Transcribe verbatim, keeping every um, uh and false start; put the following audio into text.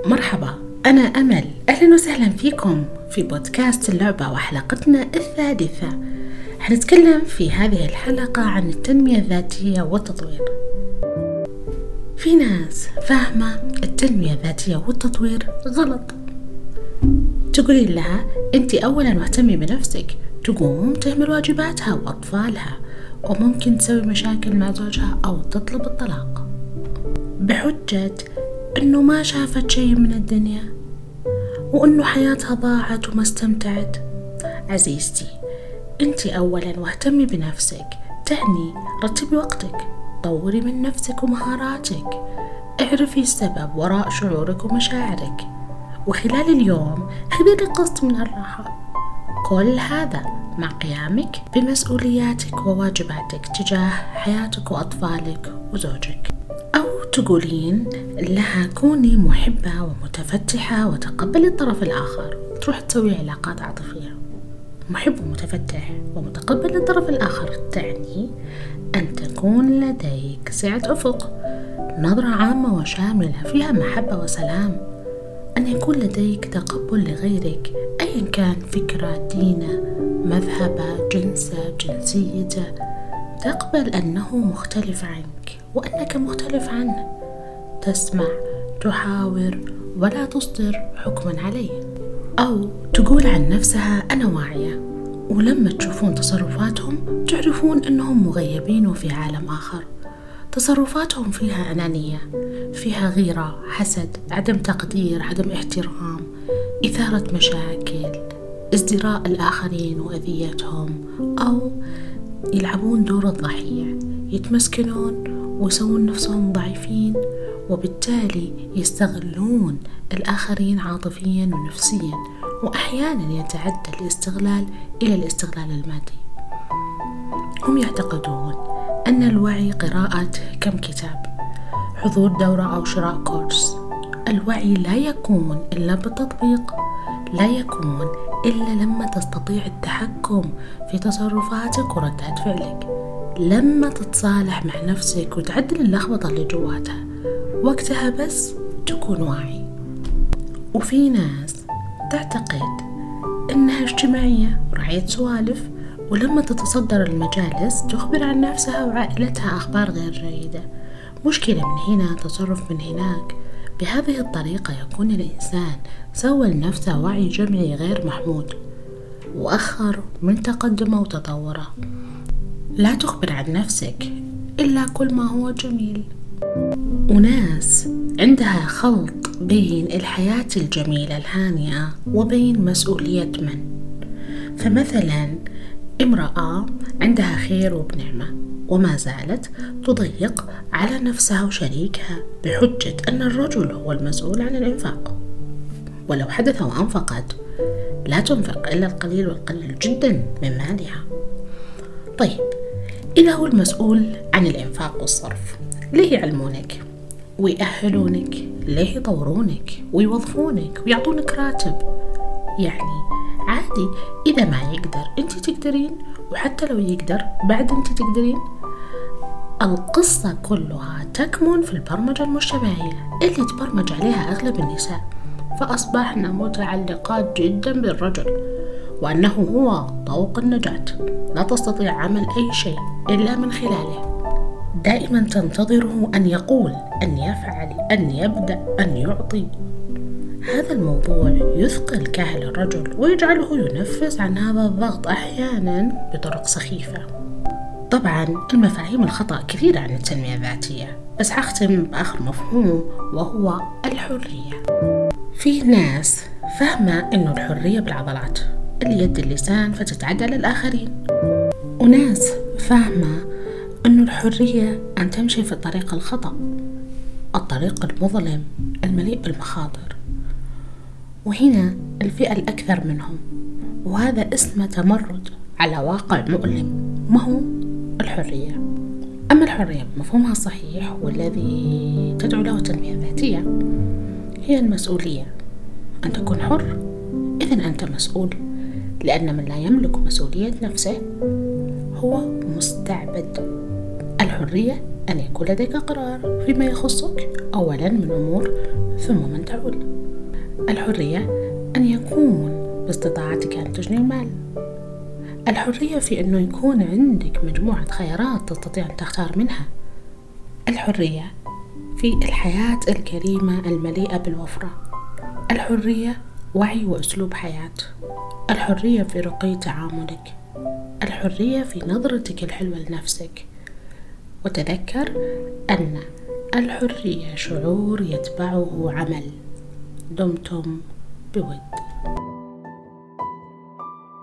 مرحبا، أنا أمل. أهلا وسهلا فيكم في بودكاست اللعبة وحلقتنا الثالثة. حنتكلم في هذه الحلقة عن التنمية الذاتية والتطوير. في ناس فاهمة التنمية الذاتية والتطوير غلط. تقولي لها أنت أولا مهتمي بنفسك، تقوم تهمل واجباتها وأطفالها، وممكن تسوي مشاكل مع زوجها أو تطلب الطلاق بحجة أنه ما شافت شيء من الدنيا وأنه حياتها ضاعت وما استمتعت. عزيزتي، أنت أولا واهتمي بنفسك، تعني رتبي وقتك، طوري من نفسك ومهاراتك، اعرفي السبب وراء شعورك ومشاعرك، وخلال اليوم خذي لك قسط من الراحة. كل هذا مع قيامك بمسؤولياتك وواجباتك تجاه حياتك وأطفالك وزوجك. أو تقولين لها كوني محبة ومتفتحة وتقبلي الطرف الآخر، تروح تسوي علاقات عاطفية. محب ومتفتح ومتقبل الطرف الآخر تعني أن تكون لديك سعة أفق، نظرة عامة وشاملة فيها محبة وسلام، أن يكون لديك تقبل لغيرك أيا كان فكرة، دينه، مذهبه، جنسه، جنسيته، تقبل أنه مختلف عنك وأنك مختلف عنه، تسمع، تحاور ولا تصدر حكما عليه. أو تقول عن نفسها أنا واعية، ولما تشوفون تصرفاتهم تعرفون أنهم مغيبين وفي عالم آخر. تصرفاتهم فيها أنانية، فيها غيرة، حسد، عدم تقدير، عدم احترام، إثارة مشاكل، ازدراء الآخرين وأذيتهم، أو يلعبون دور الضحية، يتمسكنون ويسوون نفسهم ضعيفين، وبالتالي يستغلون الآخرين عاطفيا ونفسيا، وأحيانا يتعدى الاستغلال إلى الاستغلال المادي. هم يعتقدون أن الوعي قراءة كم كتاب، حضور دورة أو شراء كورس. الوعي لا يكون إلا بالتطبيق، لا يكون إلا لما تستطيع التحكم في تصرفاتك وردات فعلك، لما تتصالح مع نفسك وتعدل اللخبطة اللي جواتها، وقتها بس تكون واعي. وفي ناس تعتقد إنها اجتماعية ورعية سوالف، ولما تتصدر المجالس تخبر عن نفسها وعائلتها أخبار غير جيدة، مشكلة من هنا، تصرف من هناك. بهذه الطريقة يكون الإنسان سوى لنفسه وعي جمعي غير محمود، وأخر من تقدمه وتطوره. لا تخبر عن نفسك إلا كل ما هو جميل. وناس عندها خلط بين الحياة الجميلة الهانئة وبين مسؤولية من. فمثلا امرأة عندها خير وبنعمة وما زالت تضيق على نفسها وشريكها بحجة أن الرجل هو المسؤول عن الإنفاق، ولو حدث وأنفقت لا تنفق إلا القليل والقليل جدا من مالها. طيب، إذا هو المسؤول عن الإنفاق والصرف، ليه يعلمونك ويأهلونك؟ ليه يطورونك ويوظفونك ويعطونك راتب؟ يعني عادي إذا ما يقدر أنت تقدرين، وحتى لو يقدر بعد أنت تقدرين. القصة كلها تكمن في البرمجة المجتمعية اللي تبرمج عليها أغلب النساء، فأصبحنا متعلقات جدا بالرجل، وأنه هو طوق النجاة، لا تستطيع عمل أي شيء إلا من خلاله. دائما تنتظره أن يقول، أن يفعل، أن يبدأ، أن يعطي. هذا الموضوع يثقل كاهل الرجل ويجعله ينفس عن هذا الضغط أحيانا بطرق سخيفة. طبعا المفاهيم الخطأ كثيرة عن التنمية الذاتية، بس هختم بآخر مفهوم وهو الحرية. في ناس فاهمة إنه الحرية بالعضلات، اليد، اللسان، فتتعدى للآخرين. وناس فاهمة إنه الحرية أن تمشي في الطريق الخطأ، الطريق المظلم المليء بالمخاطر. وهنا الفئة الأكثر منهم، وهذا اسمه تمرد على واقع مؤلم، ما هو الحرية. أما الحرية بمفهومها الصحيح والذي تدعو له التنمية الذاتية هي المسؤولية، أن تكون حر. إذن أنت مسؤول، لأن من لا يملك مسؤولية نفسه هو مستعبد. الحرية أن يكون لديك قرار فيما يخصك أولا من أمور ثم من تعول. الحرية أن يكون باستطاعتك أن تجني المال. الحرية في أنه يكون عندك مجموعة خيارات تستطيع أن تختار منها. الحرية في الحياة الكريمة المليئة بالوفرة. الحرية وعي وأسلوب حياة. الحرية في رقي تعاملك. الحرية في نظرتك الحلوة لنفسك. وتذكر أن الحرية شعور يتبعه عمل. دمتم بود.